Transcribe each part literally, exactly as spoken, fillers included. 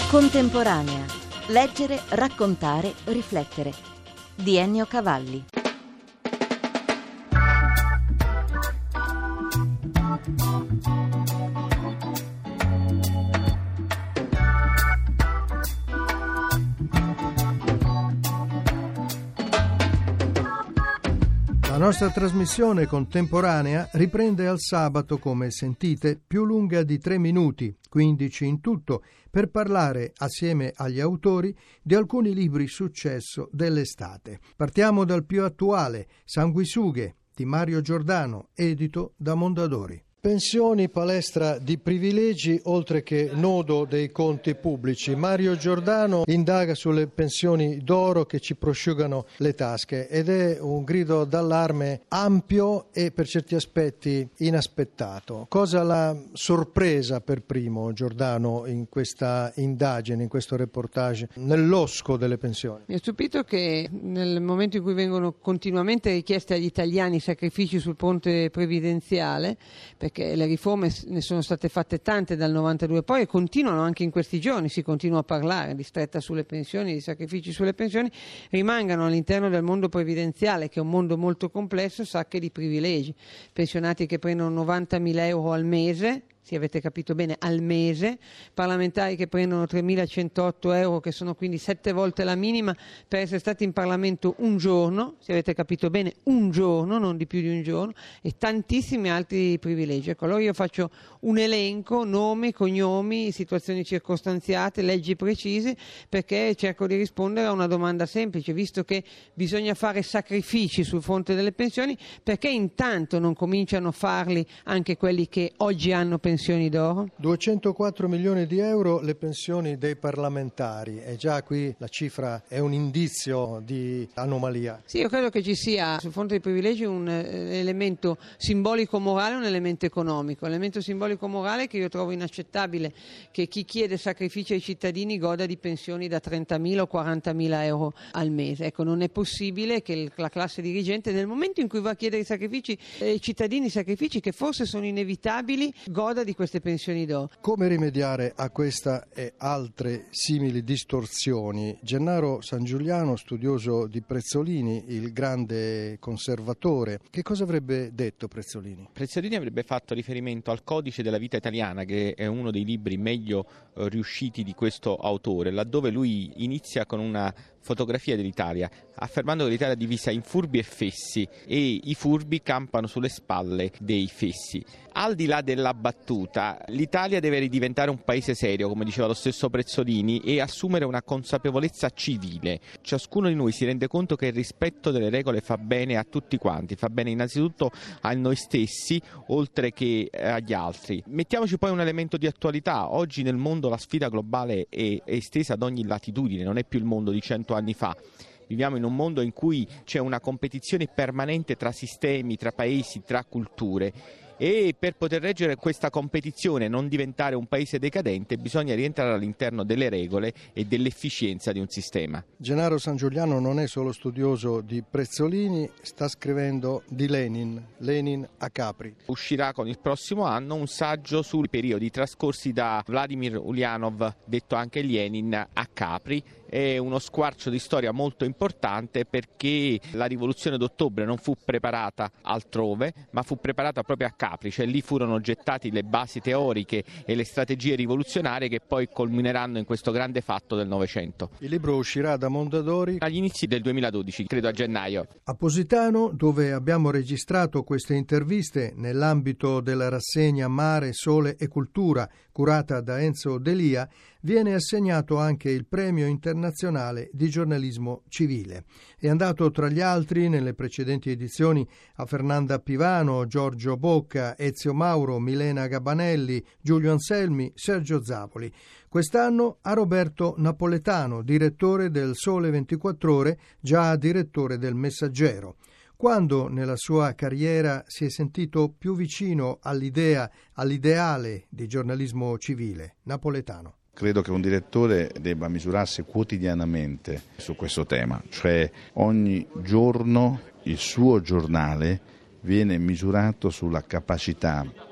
Contemporanea. Leggere, raccontare, riflettere. Di Ennio Cavalli. La nostra trasmissione contemporanea riprende al sabato, come sentite, più lunga di tre minuti, quindici in tutto, per parlare, assieme agli autori, di alcuni libri successo dell'estate. Partiamo dal più attuale, Sanguisughe, di Mario Giordano, edito da Mondadori. Pensioni, palestra di privilegi, oltre che nodo dei conti pubblici. Mario Giordano indaga sulle pensioni d'oro che ci prosciugano le tasche ed è un grido d'allarme ampio e per certi aspetti inaspettato. Cosa l'ha sorpresa per primo Giordano in questa indagine, in questo reportage, nell'osco delle pensioni? Mi ha stupito che nel momento in cui vengono continuamente richiesti agli italiani sacrifici sul ponte previdenziale, perché le riforme ne sono state fatte tante dal novantadue poi e continuano anche in questi giorni, si continua a parlare di stretta sulle pensioni, di sacrifici sulle pensioni, rimangano all'interno del mondo previdenziale, che è un mondo molto complesso, sacche di privilegi. Pensionati che prendono novantamila euro al mese, se avete capito bene, al mese, parlamentari che prendono tremilacentotto euro, che sono quindi sette volte la minima per essere stati in Parlamento un giorno, se avete capito bene, un giorno, non di più di un giorno, e tantissimi altri privilegi. Ecco, allora io faccio un elenco, nomi, cognomi, situazioni circostanziate, leggi precise, perché cerco di rispondere a una domanda semplice, visto che bisogna fare sacrifici sul fronte delle pensioni, perché intanto non cominciano a farli anche quelli che oggi hanno pensioni d'oro? duecentoquattro milioni di euro le pensioni dei parlamentari, e già qui la cifra è un indizio di anomalia. Sì, io credo che ci sia sul fronte dei privilegi un eh, elemento simbolico-morale e un elemento economico. L'elemento simbolico-morale che io trovo inaccettabile che chi chiede sacrifici ai cittadini goda di pensioni da trentamila o quarantamila euro al mese. Ecco, non è possibile che il, la classe dirigente, nel momento in cui va a chiedere i sacrifici ai cittadini, sacrifici che forse sono inevitabili, goda di queste pensioni d'oro. Come rimediare a questa e altre simili distorsioni? Gennaro Sangiuliano, studioso di Prezzolini, il grande conservatore, che cosa avrebbe detto Prezzolini? Prezzolini avrebbe fatto riferimento al Codice della vita italiana, che è uno dei libri meglio eh, riusciti di questo autore, laddove lui inizia con una fotografia dell'Italia, affermando che l'Italia è divisa in furbi e fessi e i furbi campano sulle spalle dei fessi. Al di là della battuta, l'Italia deve ridiventare un paese serio, come diceva lo stesso Prezzolini, e assumere una consapevolezza civile. Ciascuno di noi si rende conto che il rispetto delle regole fa bene a tutti quanti, fa bene innanzitutto a noi stessi, oltre che agli altri. Mettiamoci poi un elemento di attualità. Oggi nel mondo la sfida globale è estesa ad ogni latitudine, non è più il mondo di cento anni fa. Viviamo in un mondo in cui c'è una competizione permanente tra sistemi, tra paesi, tra culture. E per poter reggere questa competizione e non diventare un paese decadente bisogna rientrare all'interno delle regole e dell'efficienza di un sistema. Gennaro Sangiuliano non è solo studioso di Prezzolini, sta scrivendo di Lenin, Lenin a Capri. Uscirà con il prossimo anno un saggio sui periodi trascorsi da Vladimir Ulyanov, detto anche Lenin, a Capri. È uno squarcio di storia molto importante, perché la rivoluzione d'ottobre non fu preparata altrove, ma fu preparata proprio a Capri, cioè lì furono gettate le basi teoriche e le strategie rivoluzionarie che poi culmineranno in questo grande fatto del Novecento. Il libro uscirà da Mondadori agli inizi del duemiladodici, credo a gennaio. A Positano, dove abbiamo registrato queste interviste nell'ambito della rassegna Mare, Sole e Cultura, curata da Enzo Delia, viene assegnato anche il premio internazionale di giornalismo civile. È andato tra gli altri nelle precedenti edizioni a Fernanda Pivano, Giorgio Bocca, Ezio Mauro, Milena Gabanelli, Giulio Anselmi, Sergio Zavoli. Quest'anno a Roberto Napoletano, direttore del Sole ventiquattro Ore, già direttore del Messaggero. Quando nella sua carriera si è sentito più vicino all'idea, all'ideale di giornalismo civile? Napoletano. Credo che un direttore debba misurarsi quotidianamente su questo tema, cioè ogni giorno il suo giornale viene misurato sulla capacità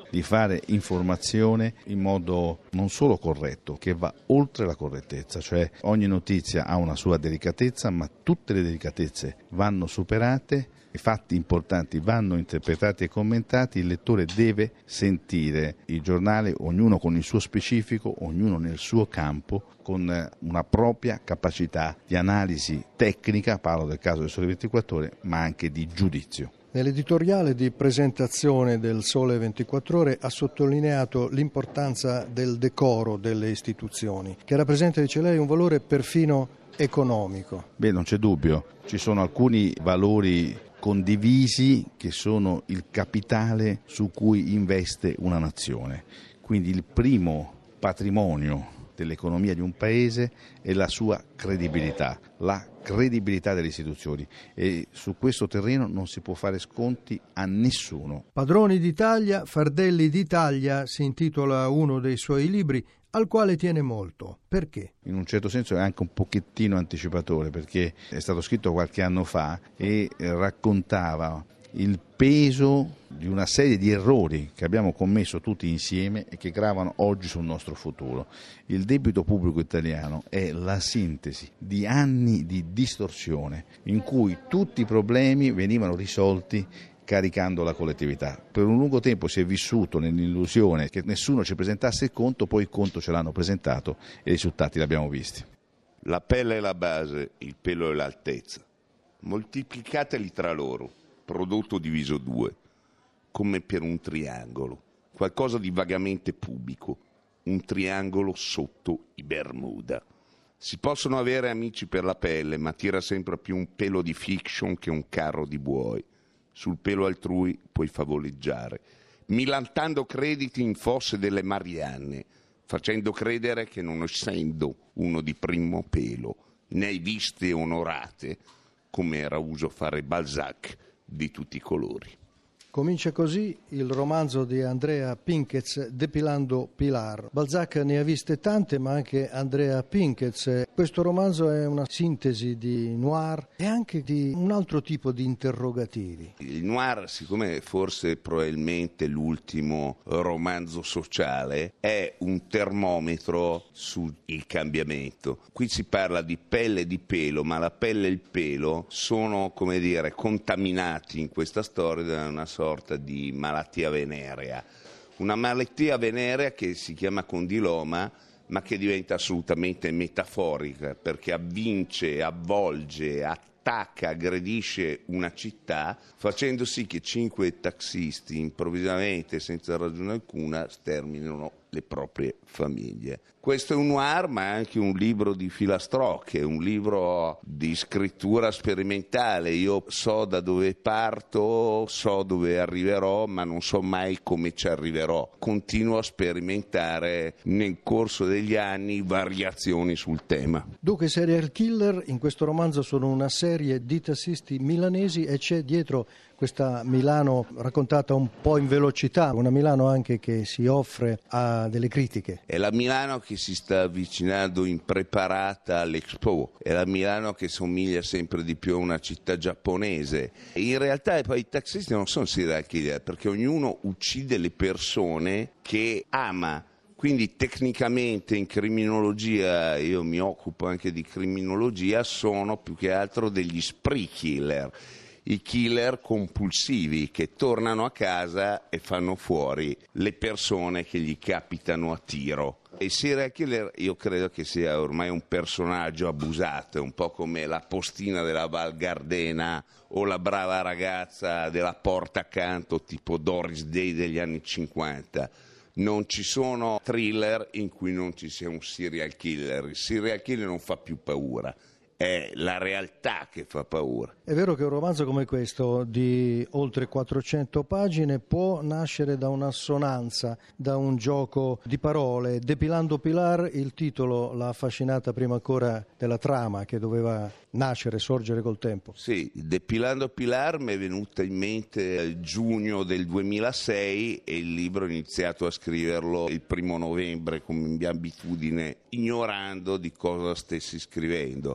di fare informazione in modo non solo corretto, che va oltre la correttezza, cioè ogni notizia ha una sua delicatezza, ma tutte le delicatezze vanno superate, i fatti importanti vanno interpretati e commentati, il lettore deve sentire il giornale, ognuno con il suo specifico, ognuno nel suo campo, con una propria capacità di analisi tecnica, parlo del caso del Sole ventiquattro Ore, ma anche di giudizio. Nell'editoriale di presentazione del Sole ventiquattro Ore ha sottolineato l'importanza del decoro delle istituzioni, che rappresenta, dice lei, un valore perfino economico. Beh, non c'è dubbio, ci sono alcuni valori condivisi che sono il capitale su cui investe una nazione. Quindi il primo patrimonio dell'economia di un paese è la sua credibilità, la credibilità delle istituzioni, e su questo terreno non si può fare sconti a nessuno. Padroni d'Italia, Fardelli d'Italia si intitola uno dei suoi libri, al quale tiene molto. Perché? In un certo senso è anche un pochettino anticipatore, perché è stato scritto qualche anno fa e raccontava il peso di una serie di errori che abbiamo commesso tutti insieme e che gravano oggi sul nostro futuro. Il debito pubblico italiano è la sintesi di anni di distorsione in cui tutti i problemi venivano risolti caricando la collettività. Per un lungo tempo si è vissuto nell'illusione che nessuno ci presentasse il conto, poi il conto ce l'hanno presentato e i risultati li abbiamo visti. La pelle è la base, il pelo è l'altezza. Moltiplicateli tra loro, prodotto diviso due, come per un triangolo, qualcosa di vagamente pubico, un triangolo sotto i Bermuda. Si possono avere amici per la pelle, ma tira sempre più un pelo di fiction che un carro di buoi. Sul pelo altrui puoi favoleggiare, milantando crediti in fosse delle Marianne, facendo credere che non essendo uno di primo pelo, ne hai viste onorate, come era uso fare Balzac di tutti i colori. Comincia così il romanzo di Andrea Pinquez, Depilando Pilar. Balzac ne ha viste tante, ma anche Andrea Pinquez. Questo romanzo è una sintesi di noir e anche di un altro tipo di interrogativi. Il noir, siccome forse probabilmente l'ultimo romanzo sociale, è un termometro sul cambiamento. Qui si parla di pelle e di pelo, ma la pelle e il pelo sono, come dire, contaminati in questa storia da una sorta di malattia venerea, una malattia venerea che si chiama condiloma, ma che diventa assolutamente metaforica, perché avvince, avvolge, attacca, aggredisce una città, facendo sì che cinque taxisti improvvisamente, senza ragione alcuna, sterminino le proprie famiglie. Questo è un noir, ma è anche un libro di filastrocche, un libro di scrittura sperimentale. Io so da dove parto, so dove arriverò, ma non so mai come ci arriverò. Continuo a sperimentare nel corso degli anni variazioni sul tema. Dunque, serial killer in questo romanzo sono una serie di tassisti milanesi e c'è dietro questa Milano raccontata un po' in velocità, una Milano anche che si offre a delle critiche. È la Milano che si sta avvicinando impreparata all'Expo, è la Milano che somiglia sempre di più a una città giapponese. In realtà poi i taxisti non sono serial killer, perché ognuno uccide le persone che ama. Quindi tecnicamente in criminologia, io mi occupo anche di criminologia, sono più che altro degli spree killer. I killer compulsivi che tornano a casa e fanno fuori le persone che gli capitano a tiro. Il serial killer io credo che sia ormai un personaggio abusato, un po' come la postina della Val Gardena o la brava ragazza della porta accanto tipo Doris Day degli anni cinquanta. Non ci sono thriller in cui non ci sia un serial killer. Il serial killer non fa più paura. È la realtà che fa paura. È vero che un romanzo come questo di oltre quattrocento pagine può nascere da un'assonanza, da un gioco di parole. Depilando Pilar, il titolo l'ha affascinata prima ancora della trama che doveva nascere, sorgere col tempo. Sì, Depilando Pilar mi è venuta in mente a giugno del duemilasei e il libro ho iniziato a scriverlo il primo novembre come mia abitudine, ignorando di cosa stessi scrivendo.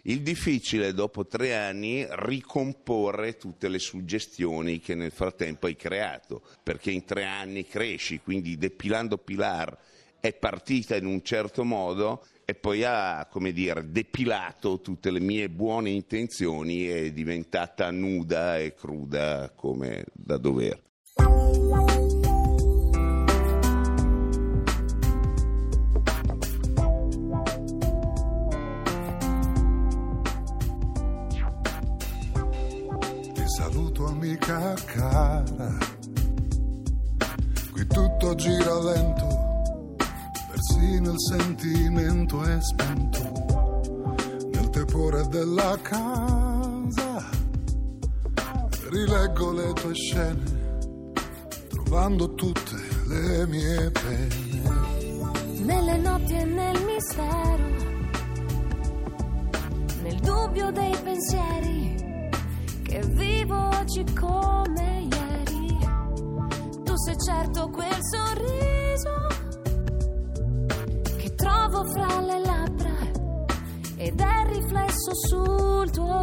Il difficile dopo tre anni ricomporre tutte le suggestioni che nel frattempo hai creato, perché in tre anni cresci, quindi depilando Pilar è partita in un certo modo e poi ha, come dire, depilato tutte le mie buone intenzioni e è diventata nuda e cruda come da dover. Ti saluto amica cara, qui tutto gira lento, persino il sentimento è spento nel tepore della casa. Rileggo le tue scene, trovando tutte le mie pene. Nelle notti e nel mistero, nel dubbio dei pensieri, che vivo oggi come ieri. Tu sei certo quel sorriso trovo fra le labbra ed è riflesso sul tuo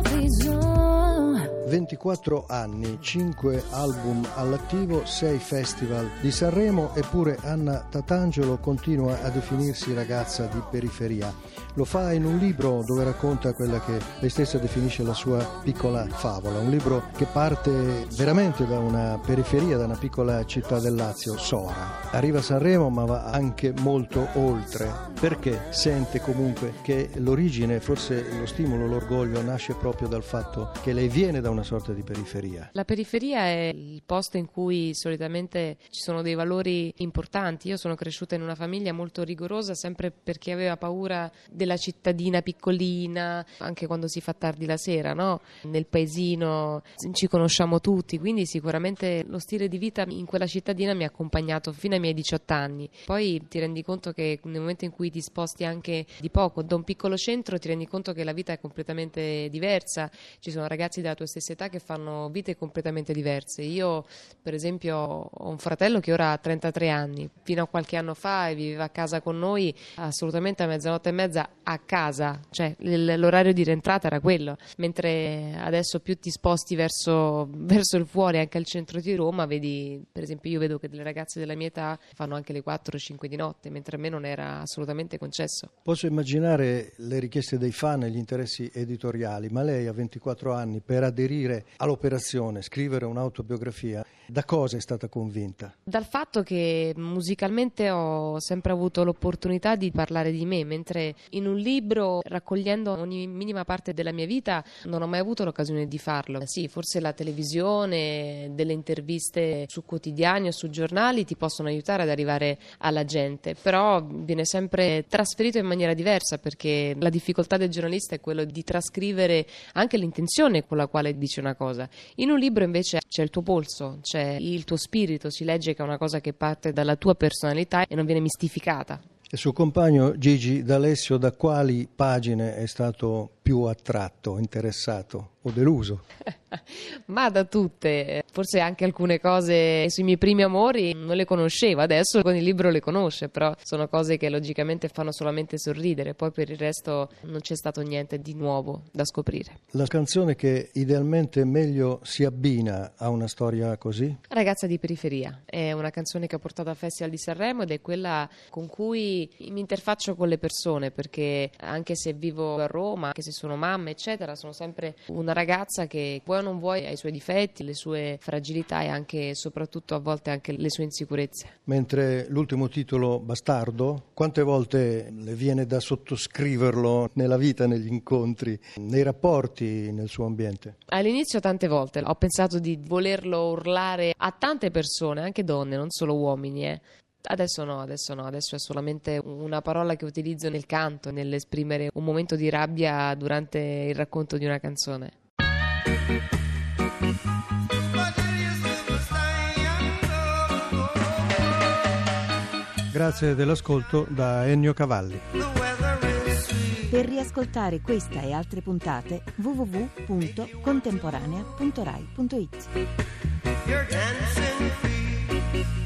viso. ventiquattro anni, cinque album all'attivo, sei festival di Sanremo, eppure Anna Tatangelo continua a definirsi ragazza di periferia. Lo fa in un libro dove racconta quella che lei stessa definisce la sua piccola favola, un libro che parte veramente da una periferia, da una piccola città del Lazio, Sora. Arriva a Sanremo ma va anche molto oltre, perché sente comunque che l'origine, forse lo stimolo, l'orgoglio nasce proprio dal fatto che lei viene da una sorta di periferia. La periferia è il posto in cui solitamente ci sono dei valori importanti. Io sono cresciuta in una famiglia molto rigorosa, sempre perché aveva paura della cittadina piccolina, anche quando si fa tardi la sera, no? Nel paesino ci conosciamo tutti, quindi sicuramente lo stile di vita in quella cittadina mi ha accompagnato fino ai miei diciotto anni. Poi ti rendi conto che nel momento in cui ti sposti anche di poco da un piccolo centro, ti rendi conto che la vita è completamente diversa. Ci sono ragazzi della tua stessa età che fanno vite completamente diverse. Io per esempio ho un fratello che ora ha trentatré anni, fino a qualche anno fa viveva a casa con noi assolutamente a mezzanotte e mezza a casa, cioè l'orario di rientrata era quello, mentre adesso più ti sposti verso, verso il fuori, anche al centro di Roma, vedi, per esempio io vedo che delle ragazze della mia età fanno anche le quattro o cinque di notte, mentre a me non era assolutamente concesso. Posso immaginare le richieste dei fan e gli interessi editoriali, ma lei a ventiquattro anni, per aderire all'operazione, scrivere un'autobiografia, da cosa è stata convinta? Dal fatto che musicalmente ho sempre avuto l'opportunità di parlare di me, mentre in un libro, raccogliendo ogni minima parte della mia vita, non ho mai avuto l'occasione di farlo. Sì, forse la televisione, delle interviste su quotidiani o su giornali ti possono aiutare ad arrivare alla gente, però viene sempre trasferito in maniera diversa, perché la difficoltà del giornalista è quello di trascrivere anche l'intenzione con la quale dice una cosa. In un libro invece c'è il tuo polso, c'è il tuo spirito, si legge che è una cosa che parte dalla tua personalità e non viene mistificata. Il suo compagno Gigi D'Alessio da quali pagine è stato più attratto, interessato o deluso? Ma da tutte, forse anche alcune cose sui miei primi amori non le conoscevo, adesso con il libro le conosce, però sono cose che logicamente fanno solamente sorridere, poi per il resto non c'è stato niente di nuovo da scoprire. La canzone che idealmente meglio si abbina a una storia così? Ragazza di periferia, è una canzone che ho portato al Festival di Sanremo ed è quella con cui mi interfaccio con le persone, perché anche se vivo a Roma, anche se sono mamma eccetera, sono sempre una ragazza che vuoi o non vuoi ha i suoi difetti, le sue fragilità e anche soprattutto a volte anche le sue insicurezze. Mentre l'ultimo titolo, Bastardo, quante volte le viene da sottoscriverlo nella vita, negli incontri, nei rapporti, nel suo ambiente? All'inizio tante volte ho pensato di volerlo urlare a tante persone, anche donne, non solo uomini, eh. Adesso no, adesso no, adesso è solamente una parola che utilizzo nel canto, nell'esprimere un momento di rabbia durante il racconto di una canzone. Grazie dell'ascolto da Ennio Cavalli. Per riascoltare questa e altre puntate w w w punto contemporanea punto rai punto it.